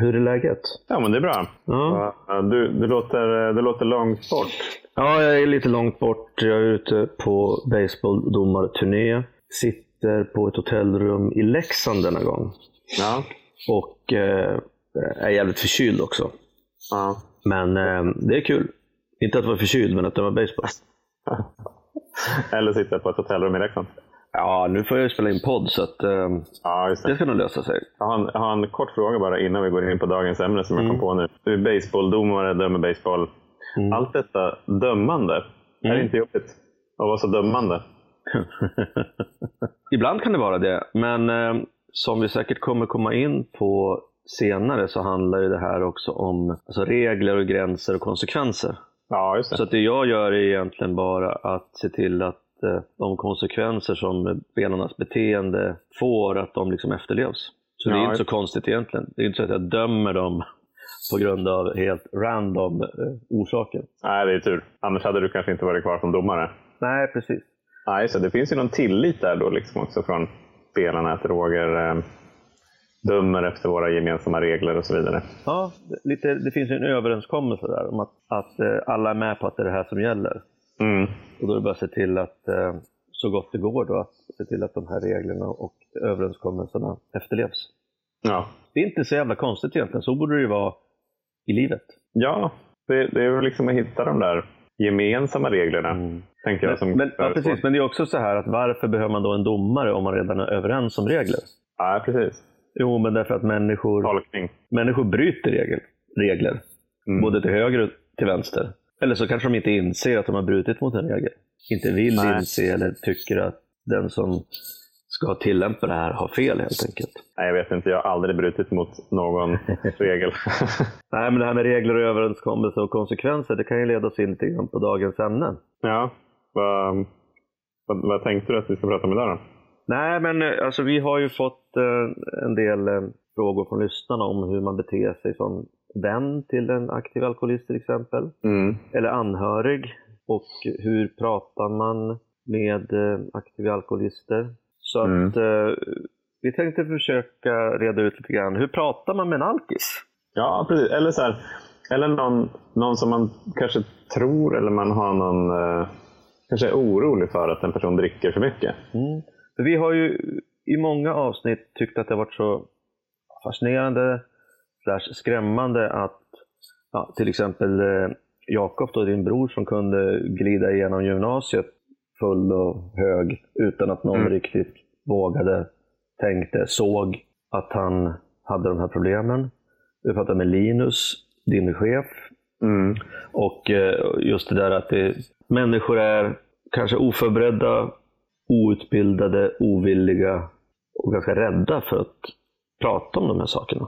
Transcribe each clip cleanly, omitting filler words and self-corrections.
Hur är läget? Ja, men det är bra. Ja. Du låter långt bort. Ja, jag är lite långt bort. Jag är ute på baseballdomarturné. Sitter på ett hotellrum i Leksand denna gång. Ja. Och är jävligt förkyld också. Ja. Men det är kul. Inte att vara förkyld, men att döma baseball. Eller sitta på ett hotellrum i Leksand. Ja, nu får jag spela in podd så att Ja, just det. det ska nog lösa sig. Jag har en kort fråga bara innan vi går in på dagens ämne som jag kom på nu. Du är baseballdomare, dömer baseball. Allt detta dömande, är det inte jobbigt att vara så dömande? Ibland kan det vara det, men som vi säkert kommer komma in på senare så handlar ju det här också om alltså, regler och gränser och konsekvenser. Ja, just det. Så att det jag gör är egentligen bara att se till att de konsekvenser som spelarnas beteende får, att de liksom efterlevs. Så det är inte så konstigt egentligen. Det är inte så att jag dömer dem på grund av helt random orsaker. Nej, det är tur. Annars hade du kanske inte varit kvar som domare. Nej, precis. Nej, så det finns ju någon tillit där då liksom också från spelarna att Roger dömer efter våra gemensamma regler och så vidare. Ja, det finns ju en överenskommelse där om att alla är med på att det är det här som gäller. Mm. Och då är det bara att se till att så gott det går då, att se till att de här reglerna och överenskommelserna efterlevs. Ja. Det är inte så jävla konstigt egentligen, så borde det ju vara i livet. Ja, det är väl liksom att hitta de där gemensamma reglerna, tänker jag. Ja, precis, men det är också så här att varför behöver man då en domare om man redan är överens om regler? Ja, precis. Jo, men därför att människor bryter regler. Både till höger och till vänster. Eller så kanske de inte inser att de har brutit mot en regel. Inte vill inse eller tycker att den som ska tillämpa det här har fel helt enkelt. Nej, jag vet inte. Jag har aldrig brutit mot någon regel. Nej, men det här med regler och överenskommelser och konsekvenser, det kan ju leda oss in lite grann på dagens ämne. Ja, vad tänkte du att vi ska prata om idag då? Nej, men alltså vi har ju fått en del frågor från lyssnarna om hur man beter sig som vän till en aktiv alkoholist till exempel. Eller anhörig. Och hur pratar man med aktiva alkoholister. Så att vi tänkte försöka reda ut lite grann. Hur pratar man med en alkis? Ja, precis. Eller så här, eller någon som man kanske tror, eller man har någon kanske är orolig för att en person dricker för mycket. För vi har ju i många avsnitt tyckt att det har varit så fascinerande / skrämmande att till exempel Jakob då, din bror, som kunde glida igenom gymnasiet full och hög utan att någon riktigt vågade, tänkte, såg att han hade de här problemen. Vi pratade med Linus, din chef. Och just det där att människor är kanske oförberedda, outbildade, ovilliga och ganska rädda för att prata om de här sakerna.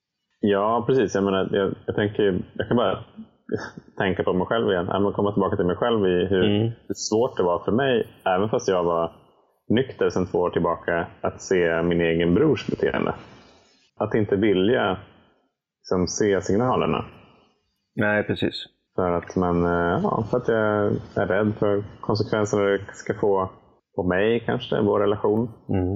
Ja, precis. Jag menar, jag kan bara tänka på mig själv igen. Jag komma tillbaka till mig själv i hur svårt det var för mig, även fast jag var nykter sedan 2 år tillbaka, att se min egen brors beteende. Att inte vilja liksom se signalerna. Nej, precis. För att för att jag är rädd för konsekvenserna det ska få på mig, kanske, vår relation.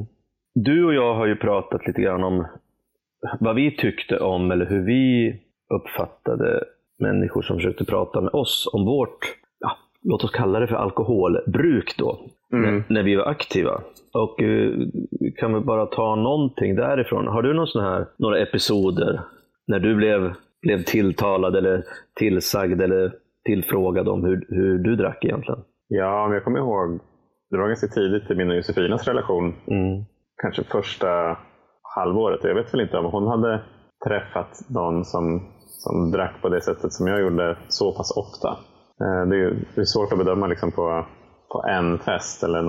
Du och jag har ju pratat lite grann om vad vi tyckte om, eller hur vi uppfattade människor som försökte prata med oss om vårt, låt oss kalla det för alkoholbruk då, när vi var aktiva. Och kan vi bara ta någonting därifrån? Har du några episoder när du blev tilltalad eller tillsagd eller tillfrågad om hur du drack egentligen? Ja, men jag kommer ihåg, det var ganska tidigt i min och Josefinas relation. Kanske första halvåret. Jag vet väl inte om hon hade träffat någon som drack på det sättet som jag gjorde så pass ofta. Det är svårt att bedöma liksom på en fest eller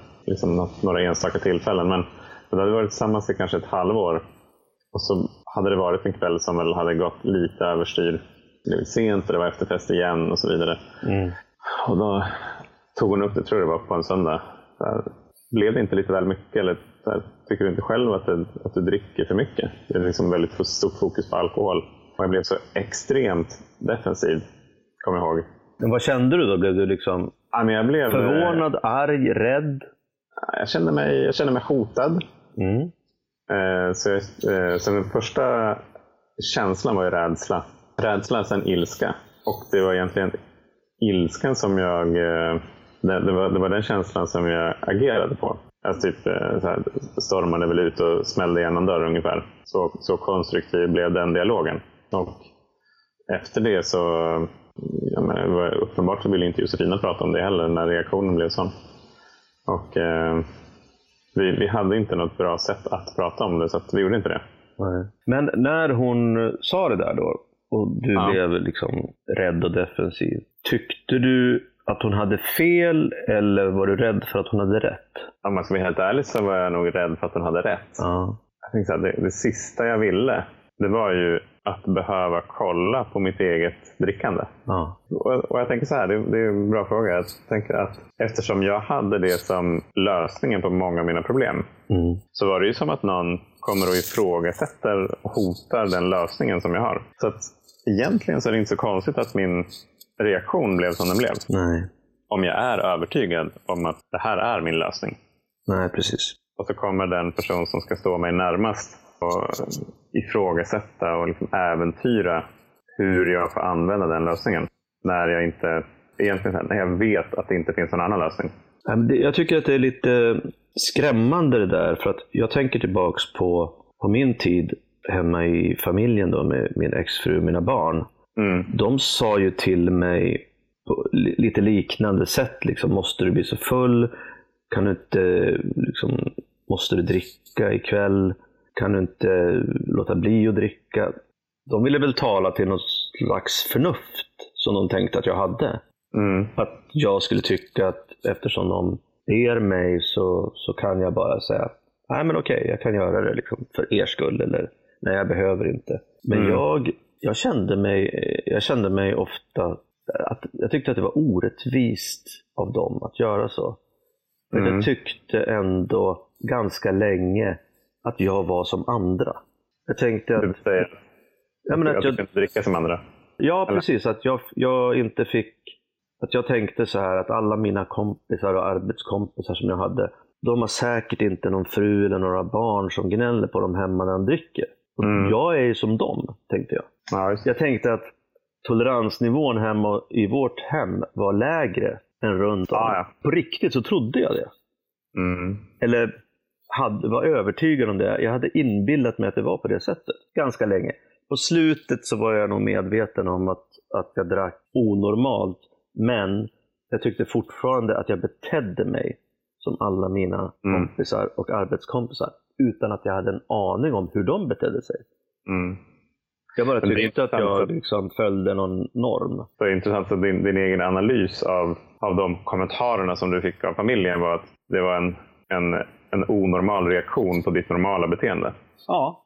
några enstaka tillfällen. Men det hade varit tillsammans i kanske ett halvår. Och så hade det varit en kväll som väl hade gått lite överstyr. Det var sent och det var efterfest igen och så vidare. Och då tog hon upp det, tror jag det var på en söndag. Blev det inte lite väl mycket? Eller tycker du inte själv att du dricker för mycket? Det är liksom väldigt stort fokus på alkohol. Och jag blev så extremt defensiv, kommer jag ihåg. Men vad kände du då? Blev du liksom jag blev förvånad, arg, rädd? Jag kände mig hotad. Så den första känslan var ju rädsla. Rädsla, sen ilska. Och det var egentligen ilskan som det var den känslan som jag agerade på. Alltså typ så här, stormade väl ut och smällde igen en dörr ungefär. Så konstruktiv blev den dialogen. Och efter det så, jag menar, det var uppenbart så ville inte Josefina prata om det heller när reaktionen blev sån. Och vi hade inte något bra sätt att prata om det, så att vi gjorde inte det. Nej. Men när hon sa det där då, och du blev liksom rädd och defensiv, tyckte du att hon hade fel eller var du rädd för att hon hade rätt? Om man ska vara helt ärlig så var jag nog rädd för att hon hade rätt. Ja. Jag tänkte så här, det sista jag ville, det var ju att behöva kolla på mitt eget drickande. Ja. Och jag tänker så här, det är en bra fråga. Jag tänker att eftersom jag hade det som lösningen på många av mina problem, så var det ju som att någon kommer och ifrågasätter och hotar den lösningen som jag har. Så att egentligen så är det inte så konstigt att min reaktion blev som den blev. Nej. Om jag är övertygad om att det här är min lösning. Nej, precis. Och så kommer den person som ska stå mig närmast och ifrågasätta och liksom äventyra hur jag får använda den lösningen. När jag vet att det inte finns någon annan lösning. Jag tycker att det är lite skrämmande det där. För att jag tänker tillbaks på min tid hemma i familjen då, med min exfru och mina barn. De sa ju till mig på lite liknande sätt. Liksom, måste du bli så full? Kan du inte, liksom, måste du dricka ikväll? Kan du inte låta bli att dricka? De ville väl tala till något slags förnuft som de tänkte att jag hade. Att jag skulle tycka att eftersom de ber mig så kan jag bara säga nej men okej, jag kan göra det liksom för er skull, eller nej, jag behöver inte. Men jag kände mig ofta att jag tyckte att det var orättvist av dem att göra så. Men jag tyckte ändå ganska länge att jag var som andra. Jag tänkte att... Du säger att jag inte dricka som andra? Ja, eller? Precis. Att jag inte fick... Att jag tänkte så här att alla mina kompisar och arbetskompisar som jag hade, de har säkert inte någon fru eller några barn som gnäller på dem hemma när de dricker. Och jag är ju som dem, tänkte jag. Ja, jag tänkte att toleransnivån hemma i vårt hem var lägre än runt om. Ja. På riktigt så trodde jag det. Eller var övertygad om det. Jag hade inbillat mig att det var på det sättet ganska länge. På slutet så var jag nog medveten om att jag drack onormalt. Men jag tyckte fortfarande att jag betedde mig som alla mina kompisar och arbetskompisar utan att jag hade en aning om hur de betedde sig. Jag bara tyckte att jag liksom följde någon norm. Det är intressant att din egen analys av de kommentarerna som du fick av familjen var att det var en onormal reaktion på ditt normala beteende. Ja.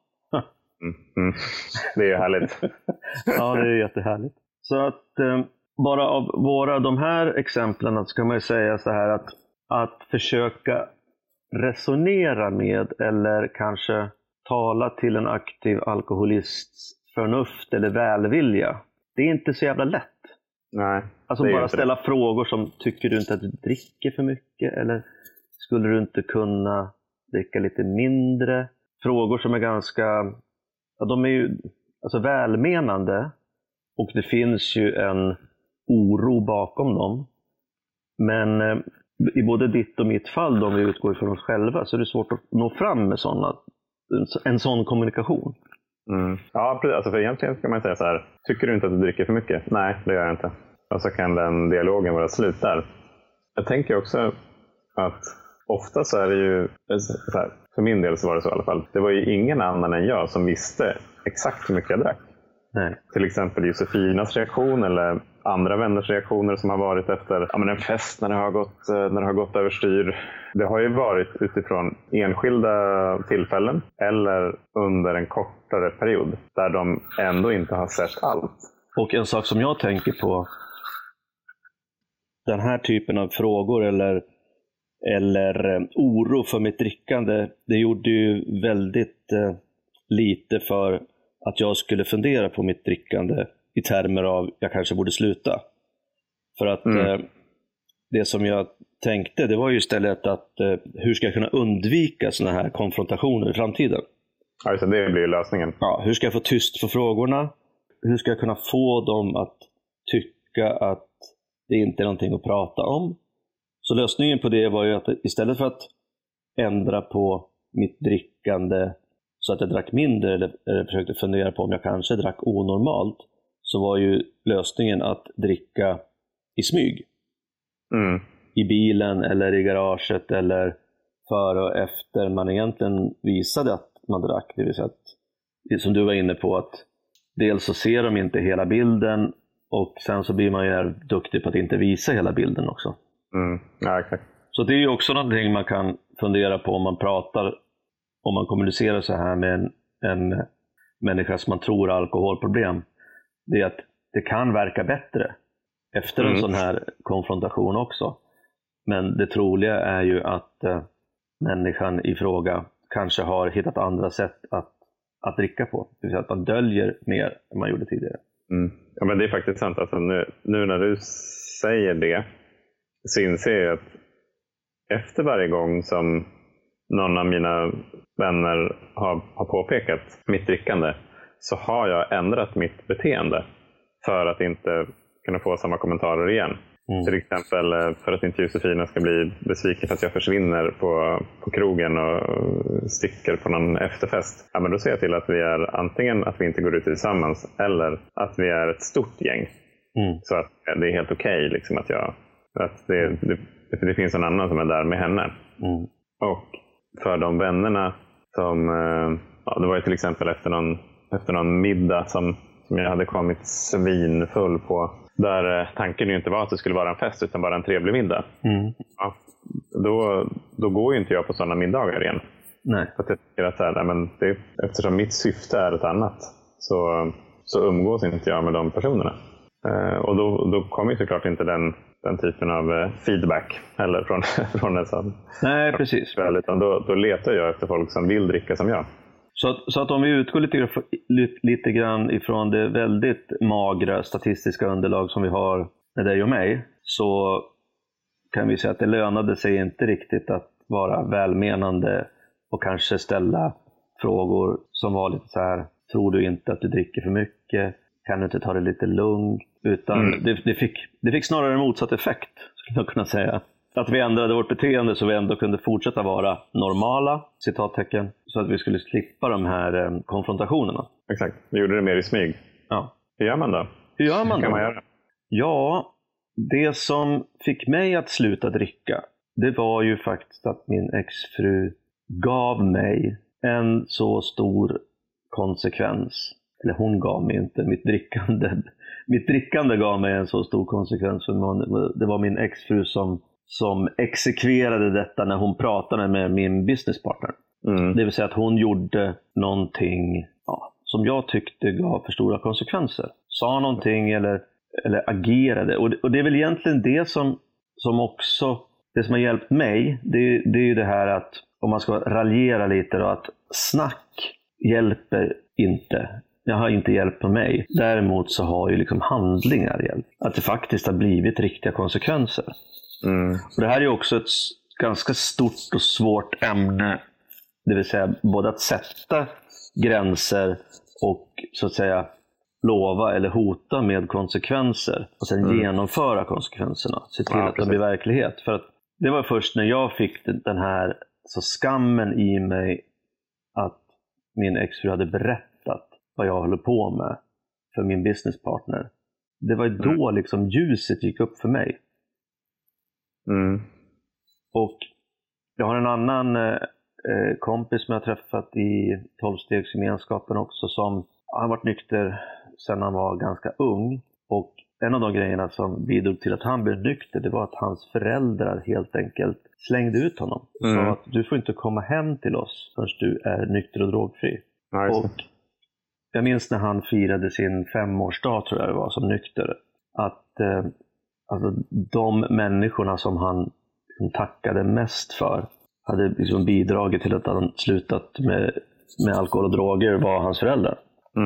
Det är ju härligt. Ja, det är jättehärligt. Så att bara av de här exemplen så kan man ju säga så här att försöka resonera med eller kanske tala till en aktiv alkoholists förnuft eller välvilja. Det är inte så jävla lätt. Nej. Alltså bara ställa frågor som, tycker du inte att du dricker för mycket? Eller skulle du inte kunna dricka lite mindre? Frågor som är ganska, de är ju alltså välmenande. Och det finns ju en oro bakom dem. Men i både ditt och mitt fall, om vi utgår från oss själva, så är det svårt att nå fram med en sån kommunikation. Ja, precis. Alltså för egentligen ska man säga så här: tycker du inte att du dricker för mycket? Nej, det gör jag inte. Och så kan den dialogen vara slut där. Jag tänker också att ofta så är det ju så här, för min del så var det så i alla fall. Det var ju ingen annan än jag som visste exakt hur mycket jag drack. Nej. Till exempel Josefinas reaktion eller andra vänners reaktioner som har varit efter en fest när det har gått överstyr. Det har ju varit utifrån enskilda tillfällen eller under en kortare period där de ändå inte har sett allt. Och en sak som jag tänker på, den här typen av frågor eller oro för mitt drickande, det gjorde ju väldigt lite för att jag skulle fundera på mitt drickande i termer av jag kanske borde sluta. För att det som jag tänkte, det var ju istället att hur ska jag kunna undvika såna här konfrontationer i framtiden? Alltså det blir ju lösningen. Ja, hur ska jag få tyst för frågorna? Hur ska jag kunna få dem att tycka att det inte är någonting att prata om? Så lösningen på det var ju att istället för att ändra på mitt drickande så att jag drack mindre eller försökte fundera på om jag kanske drack onormalt, så var ju lösningen att dricka i smyg. I bilen eller i garaget eller före och efter man egentligen visade att man drack. Det vill säga att, som du var inne på, att dels så ser de inte hela bilden och sen så blir man ju duktig på att inte visa hela bilden också. Ja, exakt. Så det är ju också någonting man kan fundera på om man pratar, om man kommunicerar så här med en människa som man tror har alkoholproblem. Det är att det kan verka bättre efter en sån här konfrontation också. Men det troliga är ju att människan i fråga kanske har hittat andra sätt att dricka på. Det vill säga att man döljer mer än man gjorde tidigare. Ja, men det är faktiskt sant. Alltså, nu när du säger det så inser jag att efter varje gång som någon av mina vänner har påpekat mitt drickande, så har jag ändrat mitt beteende för att inte kunna få samma kommentarer igen. Till exempel för att inte Josefina ska bli besviken för att jag försvinner på krogen och sticker på någon efterfest. Ja, men då ser jag till att vi är antingen att vi inte går ut tillsammans eller att vi är ett stort gäng. Så att det är helt okej, liksom, att det finns en annan som är där med henne. Och för de vännerna som, det var ju till exempel efter någon middag som jag hade kommit svinfull på, där tanken ju inte var att det skulle vara en fest utan bara en trevlig middag. Ja, då går ju inte jag på sådana middagar igen. Nej. För att jag tycker att eftersom mitt syfte är ett annat, så umgås inte jag med de personerna. Och då kommer ju såklart inte den typen av feedback heller från en sån. Nej, precis. Utan då letar jag efter folk som vill dricka som jag. Så att om vi utgår lite grann ifrån det väldigt magra statistiska underlag som vi har med dig och mig, så kan vi säga att det lönade sig inte riktigt att vara välmenande och kanske ställa frågor som var lite så här: tror du inte att du dricker för mycket? Kan du inte ta det lite lugnt? Utan det fick snarare en motsatt effekt, skulle jag kunna säga. Att vi ändrade vårt beteende så vi ändå kunde fortsätta vara normala, citattecken, så att vi skulle slippa de här konfrontationerna. Exakt, vi gjorde det mer i smyg. Ja. Hur gör man då? Hur kan man göra? Ja, det som fick mig att sluta dricka, det var ju faktiskt att min exfru gav mig en så stor konsekvens. Eller hon gav mig inte, mitt drickande gav mig en så stor konsekvens. För det var min exfru som exekverade detta när hon pratade med min businesspartner. Det vill säga att hon gjorde någonting som jag tyckte gav för stora konsekvenser. Sa någonting eller agerade. Och det är väl egentligen det som också, det som har hjälpt mig, det är ju det här att, om man ska raljera lite då, att snack hjälper inte. Jag har inte hjälpt på mig. Däremot så har ju liksom handlingar hjälpt. Att det faktiskt har blivit riktiga konsekvenser. Och det här är ju också ett ganska stort och svårt ämne. Det vill säga både att sätta gränser och så att säga lova eller hota med konsekvenser. Och sen genomföra konsekvenserna. Se till att det blir verklighet. För att det var först när jag fick den här så skammen i mig att min exfru hade berättat vad jag håller på med för min businesspartner. Det var då liksom ljuset gick upp för mig. Och jag har en annan kompis som jag har träffat i 12-stegsgemenskapen också, som har varit nykter sedan han var ganska ung. Och en av de grejerna som bidrog till att han blev nykter, det var att hans föräldrar helt enkelt slängde ut honom. Sa att du får inte komma hem till oss förrän du är nykter och drogfri. Och jag minns när han firade sin 5-årsdag, tror jag det var, som nykter, att alltså, de människorna som han tackade mest för hade liksom bidragit till att han slutat med alkohol och droger var hans föräldrar.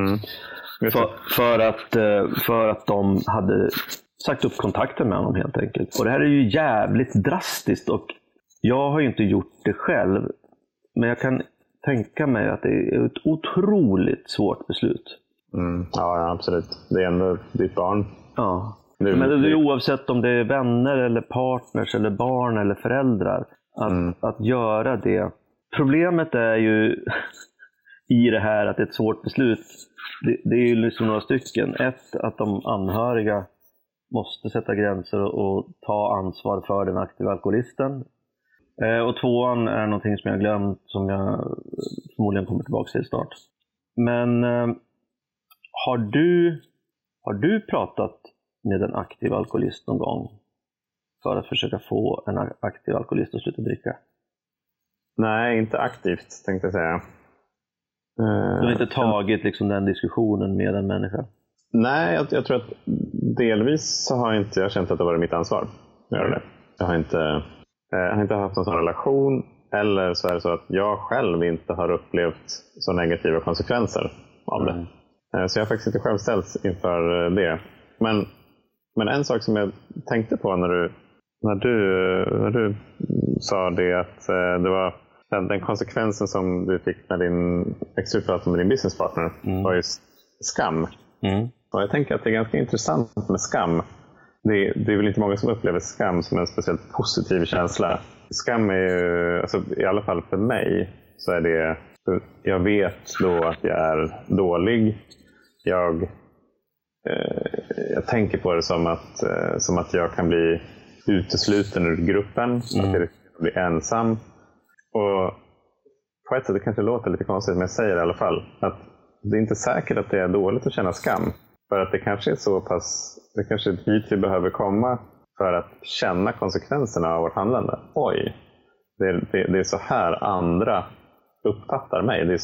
För att de hade sagt upp kontakten med honom helt enkelt. Och det här är ju jävligt drastiskt, och jag har ju inte gjort det själv, men jag kan tänka mig att det är ett otroligt svårt beslut. Ja, absolut. Det är ändå ditt barn. Ja. Men det är oavsett om det är vänner eller partners eller barn eller föräldrar. Att göra det. Problemet är ju i det här att det är ett svårt beslut. Det är ju liksom några stycken. Ett, att de anhöriga måste sätta gränser och ta ansvar för den aktiva alkoholisten. Och tvåan är någonting som jag glömt, som jag förmodligen kommer tillbaka till snart. Men har du pratat med en aktiv alkoholist någon gång för att försöka få en aktiv alkoholist att sluta dricka? Nej, inte aktivt tänkte jag säga. Du har inte tagit liksom den diskussionen med en människa? Nej, jag tror att delvis så har inte jag känt att det var mitt ansvar att göra det. Jag har inte haft någon sån relation, eller så är det så att jag själv inte har upplevt så negativa konsekvenser av det. Så jag har faktiskt inte själv ställts inför det. Men en sak som jag tänkte på när du sa det, att det var den konsekvensen som du fick när din exfru pratade med din businesspartner var ju skam. Och jag tänker att det är ganska intressant med skam. Det är väl inte många som upplever skam som en speciellt positiv känsla. Skam är ju, alltså, i alla fall för mig, så är det, jag vet då att jag är dålig. Jag tänker på det som att jag kan bli utesluten ur gruppen, att jag blir ensam. Och på ett sätt, det kanske låter lite konstigt, men jag säger i alla fall att det är inte säkert att det är dåligt att känna skam. För att det kanske är så pass, det kanske är dit vi behöver komma för att känna konsekvenserna av vårt handlande. Oj, det är så här andra uppfattar mig. Det är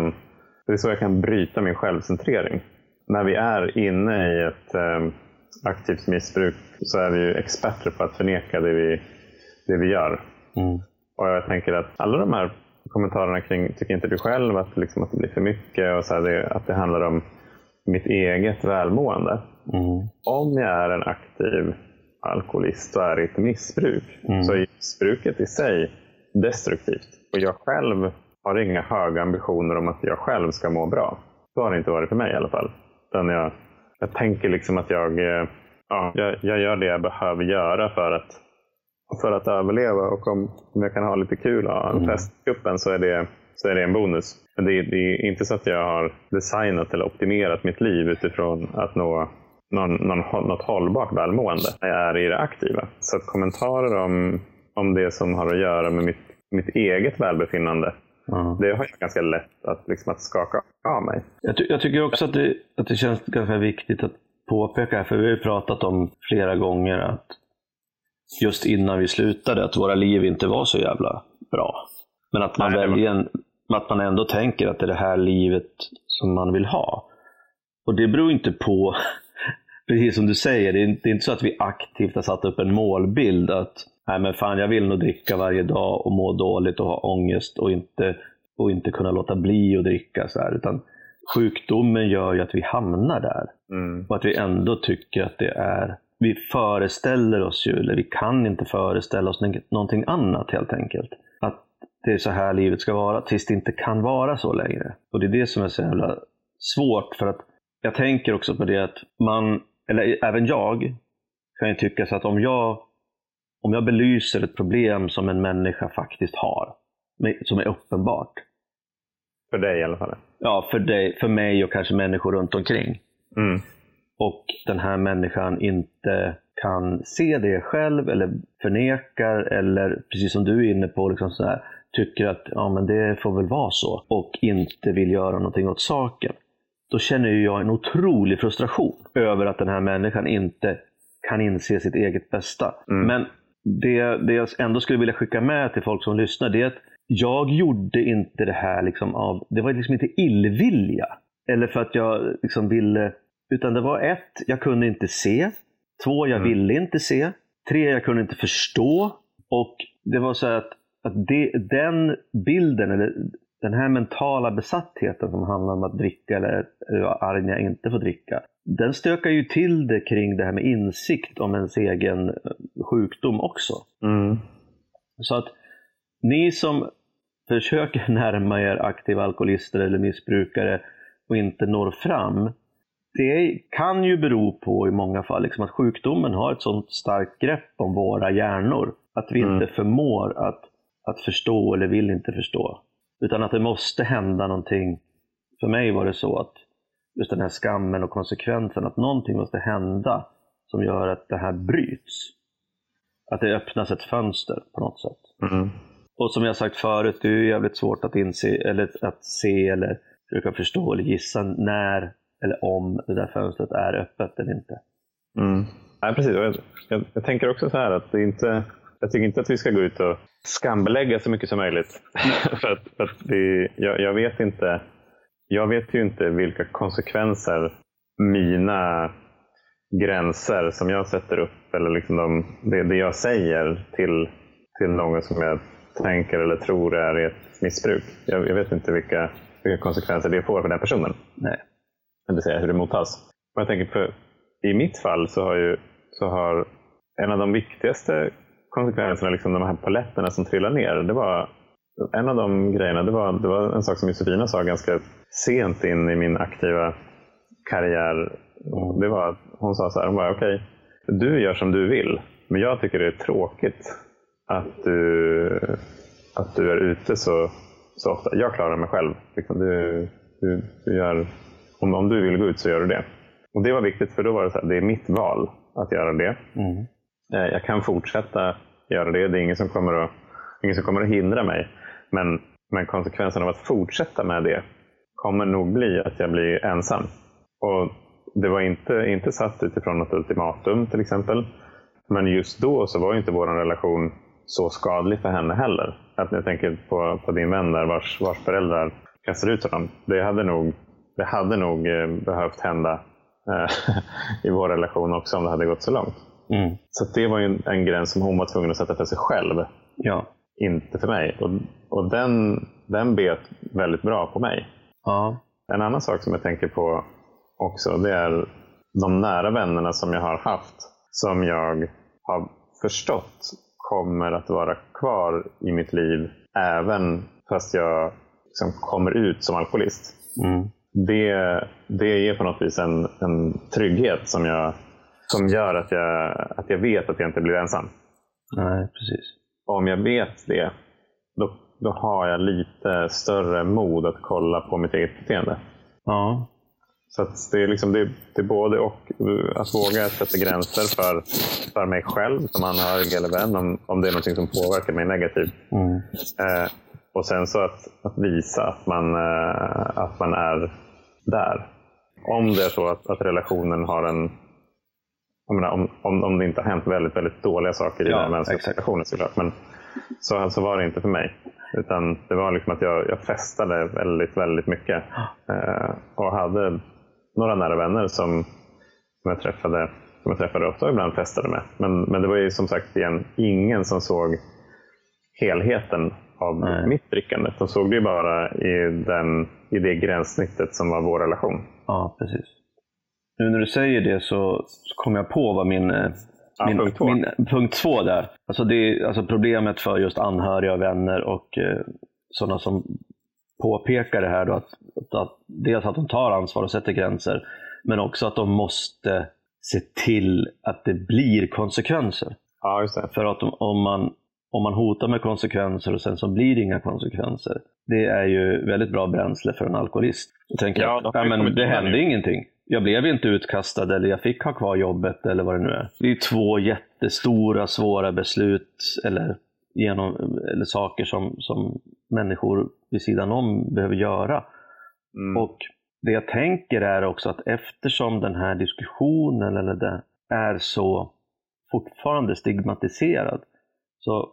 så jag kan bryta min självcentrering. När vi är inne i ett aktivt missbruk så är vi ju experter på att förneka det vi gör. Och jag tänker att alla de här kommentarerna kring, tycker inte du själv att det blir för mycket, och så här, att det handlar om mitt eget välmående. Om jag är en aktiv alkoholist och är i ett missbruk, så är missbruket i sig destruktivt. Och jag själv har inga höga ambitioner om att jag själv ska må bra. Så har det inte varit för mig i alla fall. Utan jag tänker liksom att jag gör det jag behöver göra för att överleva. Och om jag kan ha lite kul och ha en festkuppen, så är det en bonus. Men det är inte så att jag har designat eller optimerat mitt liv utifrån att nå något hållbart välmående när jag är i det aktiva. Så att kommentarer om det som har att göra med mitt eget välbefinnande, det har jag ganska lätt att skaka av mig. Jag tycker också att det känns ganska viktigt att påpeka, för vi har ju pratat om flera gånger att just innan vi slutade att våra liv inte var så jävla bra. Men att att man ändå tänker att det är det här livet som man vill ha. Och det beror inte på, precis som du säger, det är inte så att vi aktivt har satt upp en målbild att nej men fan, jag vill nog dricka varje dag och må dåligt och ha ångest och inte kunna låta bli att dricka så här, utan sjukdomen gör ju att vi hamnar där. Och att vi ändå tycker att det är, vi föreställer oss ju, eller vi kan inte föreställa oss någonting annat helt enkelt. Att det är så här livet ska vara, tills det inte kan vara så längre. Och det är det som är så jävla svårt, för att jag tänker också på det att eller även jag kan ju tycka så att om jag belyser ett problem som en människa faktiskt har, som är uppenbart. För dig i alla fall. Ja, för mig och kanske människor runt omkring. Och den här människan inte kan se det själv eller förnekar, eller precis som du är inne på liksom så här, tycker att ja, men det får väl vara så, och inte vill göra någonting åt saken. Då känner jag en otrolig frustration över att den här människan inte kan inse sitt eget bästa. Men det jag ändå skulle vilja skicka med till folk som lyssnar, det är att jag gjorde inte det här det var liksom inte illvilja. Eller för att jag ville, utan det var 1, jag kunde inte se. 2, jag ville inte se. 3, jag kunde inte förstå. Och det var så att den bilden, eller den här mentala besattheten som handlar om att dricka eller arg när jag inte får dricka, den stökar ju till det kring det här med insikt om ens egen sjukdom också. Så att ni som försöker närma er aktiva alkoholister eller missbrukare och inte når fram, det kan ju bero på i många fall liksom att sjukdomen har ett sånt starkt grepp om våra hjärnor att vi inte förmår att förstå eller vill inte förstå. Utan att det måste hända någonting. För mig var det så att just den här skammen och konsekvensen, att någonting måste hända som gör att det här bryts. Att det öppnas ett fönster på något sätt. Mm. Och som jag sagt förut, det är ju jävligt svårt att inse eller att se eller försöka förstå eller gissa när eller om det där fönstret är öppet eller inte. Mm. Nej, precis. Jag tänker också så här att jag tycker inte att vi ska gå ut och skambelägga så mycket som möjligt. för att jag vet ju inte vilka konsekvenser mina gränser som jag sätter upp eller liksom det jag säger till någon som jag tänker eller tror är ett missbruk. Jag vet inte vilka konsekvenser det får för den personen. Nej. Det vill säga hur det mottas. Och jag tänker i mitt fall så har en av de viktigaste konsekvenserna, liksom de här paletterna som trillar ner, det var en av de grejerna, det var en sak som Josefina sa ganska sent in i min aktiva karriär. Det var att hon sa så här, hon bara okej, du gör som du vill, men jag tycker det är tråkigt att du är ute så ofta. Jag klarar mig själv. Liksom, du gör, om du vill gå ut så gör du det. Och det var viktigt, för då var det så här, det är mitt val att göra det. Mm. Jag kan fortsätta göra det. Det är ingen som kommer att hindra mig. Men konsekvensen av att fortsätta med det kommer nog bli att jag blir ensam. Och det var inte satt utifrån något ultimatum till exempel. Men just då så var inte vår relation så skadlig för henne heller. Att jag tänker på din vän där vars föräldrar kastade ut honom. Det hade nog behövt hända i vår relation också om det hade gått så långt. Mm. Så det var ju en gräns som hon var tvungen att sätta för sig själv. Ja. Inte för mig. Och den bet väldigt bra på mig. Ja. En annan sak som jag tänker på också, det är de nära vännerna som jag har haft, som jag har förstått kommer att vara kvar i mitt liv även fast jag liksom kommer ut som alkoholist. Mm. Det ger på något vis en trygghet som gör att jag vet att jag inte blir ensam. Nej, precis. Och om jag vet det, då har jag lite större mod att kolla på mitt eget beteende. Ja. Så att det är liksom det är både och att våga sätta gränser för mig själv som anhörig eller vän om det är något som påverkar mig negativt. Mm. Och sen så att visa att man är där. Om det är så att relationen har om det inte har hänt väldigt, väldigt dåliga saker i den mänskliga situationen såklart. Men så var det inte för mig. Utan det var liksom att jag festade väldigt, väldigt mycket. Och hade några nära vänner som jag träffade ofta och ibland festade med. Men det var ju som sagt ingen som såg helheten av mitt drickande. De såg det ju bara i det gränssnittet som var vår relation. Ja, precis. Nu när du säger det så kom jag på vad min punkt 2 där. Alltså problemet för just anhöriga och vänner och sådana som påpekar det här då, att dels att de tar ansvar och sätter gränser, men också att de måste se till att det blir konsekvenser. Ja, just det. För att om man hotar med konsekvenser och sen så blir det inga konsekvenser, det är ju väldigt bra bränsle för en alkoholist. Då tänker jag, det hände ingenting. Jag blev inte utkastad eller jag fick ha kvar jobbet eller vad det nu är. Det är 2 jättestora, svåra beslut eller saker som människor vid sidan om behöver göra. Mm. Och det jag tänker är också att eftersom den här diskussionen eller det är så fortfarande stigmatiserad, så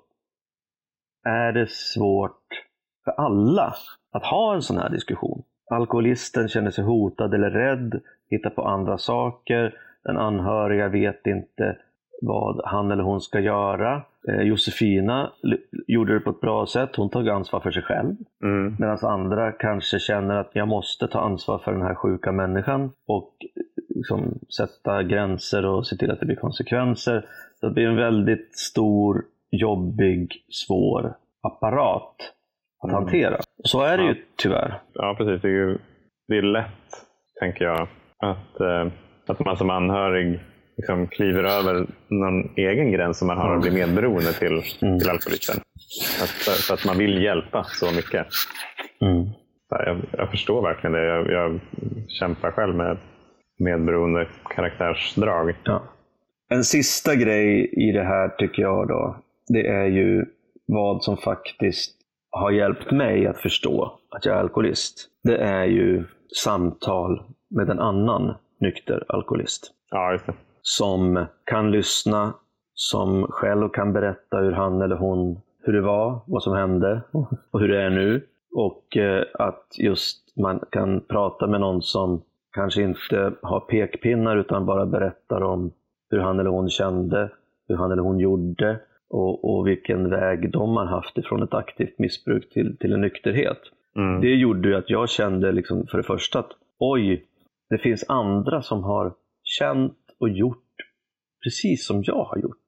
är det svårt för alla att ha en sån här diskussion. Alkoholisten känner sig hotad eller rädd, hittar på andra saker. Den anhöriga vet inte vad han eller hon ska göra. Josefina gjorde det på ett bra sätt. Hon tog ansvar för sig själv. Mm. Medan andra kanske känner att jag måste ta ansvar för den här sjuka människan. Och liksom sätta gränser och se till att det blir konsekvenser. Så det blir en väldigt stor, jobbig, svår apparat att hantera. Så är det ju tyvärr. Ja, precis. Det är lätt, tänker jag, att man som anhörig liksom kliver över någon egen gräns som man har och blir medberoende till alkoholisten. Så att man vill hjälpa så mycket. Jag förstår verkligen det. Jag kämpar själv med medberoende karaktärsdrag. Ja. En sista grej i det här tycker jag då, det är ju vad som faktiskt har hjälpt mig att förstå att jag är alkoholist. Det är ju samtal med en annan nykter alkoholist. Ja, just det. Som kan lyssna, som själv kan berätta hur han eller hon, hur det var, vad som hände och hur det är nu. Och att just man kan prata med någon som kanske inte har pekpinnar utan bara berättar om hur han eller hon kände, hur han eller hon gjorde och vilken väg de har haft ifrån ett aktivt missbruk till en nykterhet. Det gjorde ju att jag kände liksom för det första att oj, det finns andra som har känt och gjort precis som jag har gjort.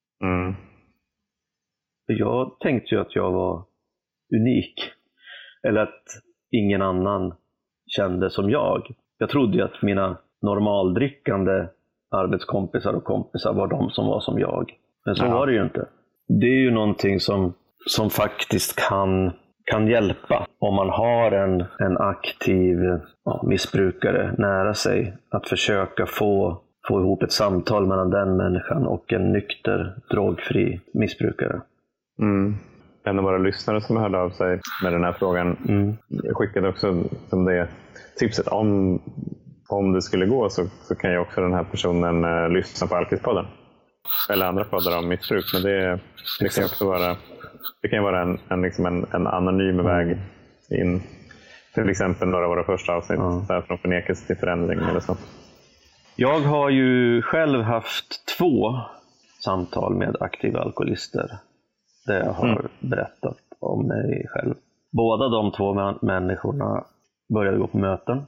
Jag tänkte ju att jag var unik. Eller att ingen annan kände som jag. Jag trodde ju att mina normaldrickande arbetskompisar och kompisar var de som var som jag. Men så var det ju inte. Det är ju någonting som faktiskt kan hjälpa om man har en aktiv missbrukare nära sig. Att försöka få ihop ett samtal mellan den människan och en nykter, drogfri missbrukare. En av våra lyssnare som hörde av sig med den här frågan skickade också som det tipset om det skulle gå så kan ju också den här personen lyssna på Alkispodden eller andra poddar om missbruk, men det kan också vara en anonym väg in, till exempel några av våra första avsnitt från förnekelse till förändring eller så. Jag har ju själv haft 2 samtal med aktiva alkoholister där jag har berättat om mig själv. Båda de 2 människorna började gå på möten.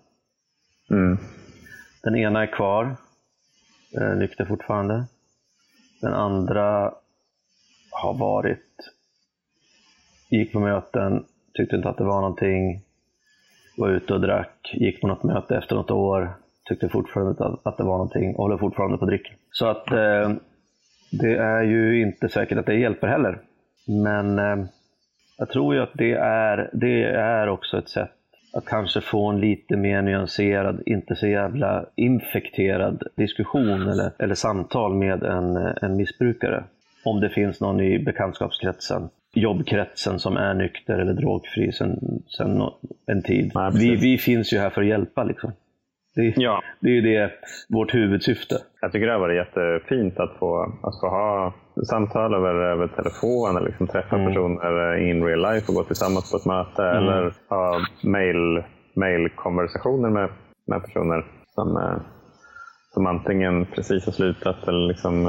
Den ena är kvar, nykter fortfarande. Den andra har gick på möten, tyckte inte att det var någonting, var ute och drack, gick på något möte efter något år, tyckte fortfarande att det var någonting och håller fortfarande på att dricka. Så att det är ju inte säkert att det hjälper heller. Men jag tror ju att det är också ett sätt att kanske få en lite mer nyanserad, inte så jävla infekterad diskussion eller samtal med en missbrukare. Om det finns någon i bekantskapskretsen, jobbkretsen som är nykter eller drogfri sen en tid. Nej, vi finns ju här för att hjälpa liksom. Det är ju det vårt huvudsyfte. Jag tycker det har varit jättefint att få ha samtal över telefon eller liksom träffa personer in real life och gå tillsammans på ett möte eller ha mailkonversationer med personer som antingen precis har slutat eller liksom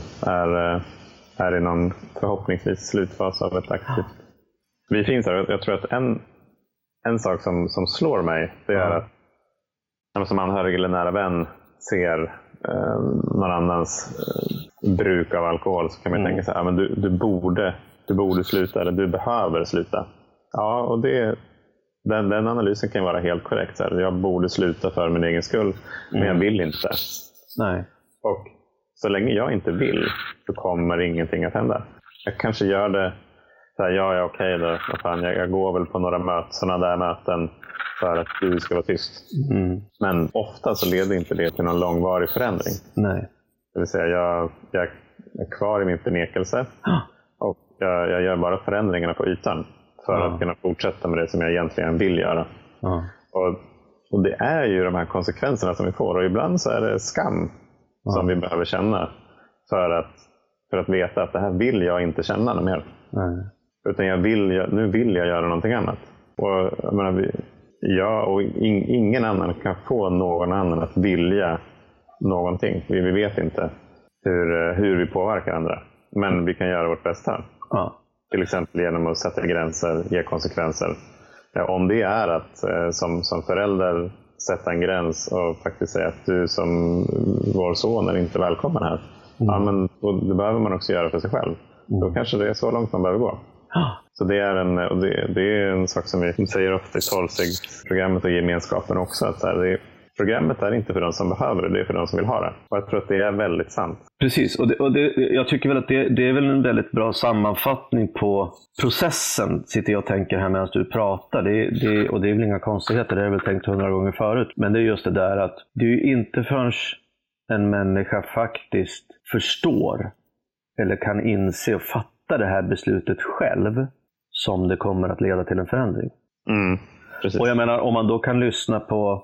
är i någon förhoppningsvis slutfas av ett aktivt. Vi finns här. Jag tror att en sak som slår mig, det är att som anhörig eller nära vän ser någon annans bruk av alkohol, så kan man tänka så här, men du borde sluta eller du behöver sluta. Ja, och den analysen kan vara helt korrekt. Så här, jag borde sluta för min egen skull, men jag vill inte. Nej. Och så länge jag inte vill så kommer ingenting att hända. Jag kanske gör det så här, ja okej då. Jag går väl på några sådana där möten för att du ska vara tyst. Men ofta så leder inte det till någon långvarig förändring. Nej. Det vill säga jag är kvar i min förnekelse och jag gör bara förändringarna på ytan för att kunna fortsätta med det som jag egentligen vill göra. Och det är ju de här konsekvenserna som vi får, och ibland så är det skam som vi behöver känna för att veta att det här vill jag inte känna något mer. Utan nu vill jag göra någonting annat. Och jag menar, ingen annan kan få någon annan att vilja någonting. Vi vet inte hur vi påverkar andra. Men vi kan göra vårt bästa. Till exempel genom att sätta gränser, ge konsekvenser. Om det är att som förälder sätta en gräns och faktiskt säga att du som vår son är inte välkommen här. Ja, men det behöver man också göra för sig själv. Då kanske det är så långt man behöver gå. Så det är en sak som vi säger ofta i 12-stegsprogrammet och gemenskapen också. Att programmet är inte för de som behöver det är för de som vill ha det. Och jag tror att det är väldigt sant. Precis, jag tycker väl att det är väl en väldigt bra sammanfattning på processen, sitter jag och tänker här medan du pratar. Och det är väl inga konstigheter, det har jag väl tänkt 100 gånger förut. Men det är just det där att det är ju inte förrän en människa faktiskt förstår eller kan inse och fatta det här beslutet själv som det kommer att leda till en förändring. Precis. Och jag menar, om man då kan lyssna på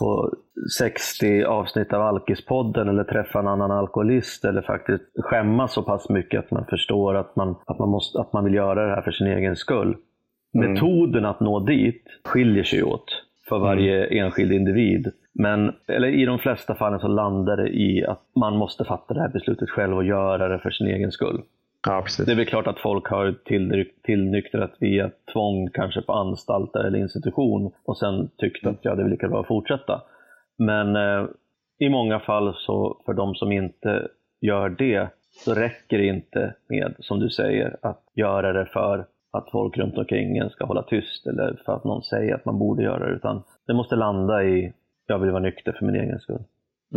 60 avsnitt av Alkispodden eller träffa en annan alkoholist eller faktiskt skämmas så pass mycket att man förstår att man vill göra det här för sin egen skull. Metoden att nå dit skiljer sig åt för varje enskild individ. Men i de flesta fallen så landar det i att man måste fatta det här beslutet själv och göra det för sin egen skull. Ja, precis. Det är väl klart att folk har tillnyktrat via tvång kanske på anstalter eller institution och sen tyckt att det är lika bra att fortsätta. Men i många fall så för de som inte gör det så räcker det inte med, som du säger, att göra det för att folk runt omkring en ska hålla tyst eller för att någon säger att man borde göra det, utan det måste landa i jag vill vara nykter för min egen skull.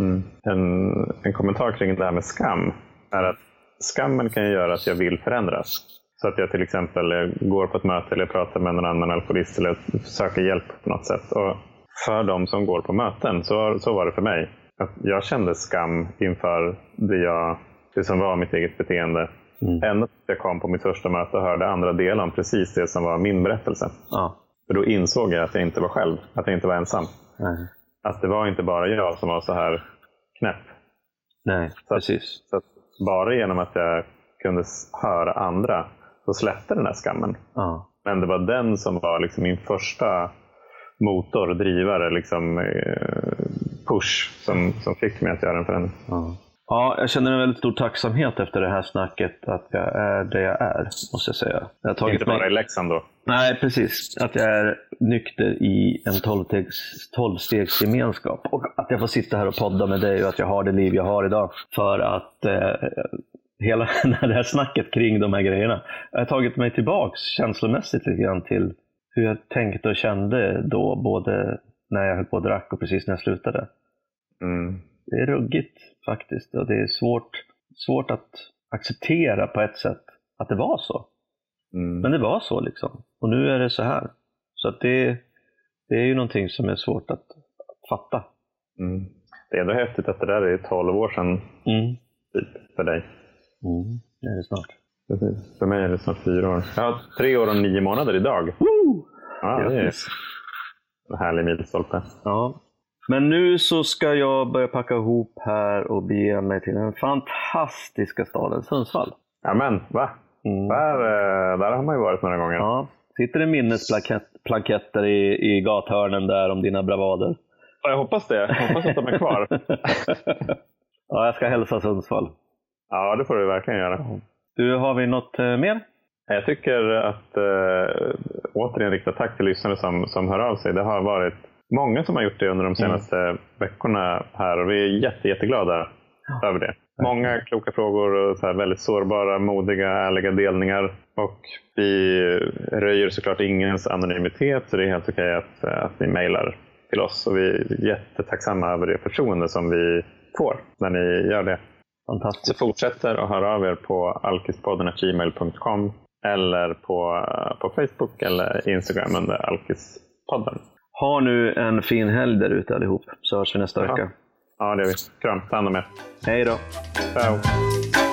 En kommentar kring det här med skam är att skammen kan ju göra att jag vill förändras. Så att jag till exempel går på ett möte eller pratar med någon annan alkoholist eller söker hjälp på något sätt. Och för de som går på möten så var det för mig. Att jag kände skam inför det som var mitt eget beteende. Ända tills jag kom på mitt första möte och hörde andra delar om precis det som var min berättelse. För då insåg jag att jag inte var själv. Att jag inte var ensam. Att det var inte bara jag som var så här knäpp. Nej, precis. Så att bara genom att jag kunde höra andra så släppte den här skammen. Men det var den som var liksom min första motor, drivare, liksom, push som fick mig att göra en förändring. Ja, jag känner en väldigt stor tacksamhet efter det här snacket att jag är det jag är, måste jag säga. Jag har tagit inte bara i Leksand då? Nej, precis. Att jag är nykter i en 12-stegsgemenskap. Och att jag får sitta här och podda med dig och att jag har det liv jag har idag. För att hela det här snacket kring de här grejerna. Jag har tagit mig tillbaks känslomässigt lite grann till hur jag tänkte och kände då. Både när jag höll på att drack och precis när jag slutade. Det är ruggigt faktiskt. Och det är svårt att acceptera på ett sätt att det var så. Men det var så liksom. Och nu är det så här. Så att det är ju någonting som är svårt att fatta. Det är ändå häftigt att det där är 12 år sedan typ, för dig. Det är det snart. Precis. För mig är det snart 4 år. Jag har 3 år och 9 månader idag. Ja, det är en härlig milstolpe. Ja. Men nu så ska jag börja packa ihop här och bege mig till den fantastiska staden Sundsvall. Amen, va? Där har man ju varit några gånger. Ja, sitter det minnesplaketter i gathörnen där om dina bravader? Ja, jag hoppas det. Jag hoppas att de är kvar. Ja, jag ska hälsa Sundsvall. Ja, det får du verkligen göra. Du, har vi något mer? Jag tycker att återigen rikta tack till lyssnare som hör av sig. Det har varit många som har gjort det under de senaste veckorna här och vi är jätteglada över det. Många kloka frågor och så här väldigt sårbara, modiga, ärliga delningar. Och vi röjer såklart ingens anonymitet så det är helt okej att ni mejlar till oss. Och vi är jättetacksamma över det förtroende som vi får när ni gör det. Fantastiskt. Så fortsätter att höra av er på alkispodden@gmail.com eller på Facebook eller Instagram under Alkispodden. Ha nu en fin helg där ute allihop, så hörs vi nästa vecka. Ja, det är vi. Kram, ta hand om er. Hej då. Ciao.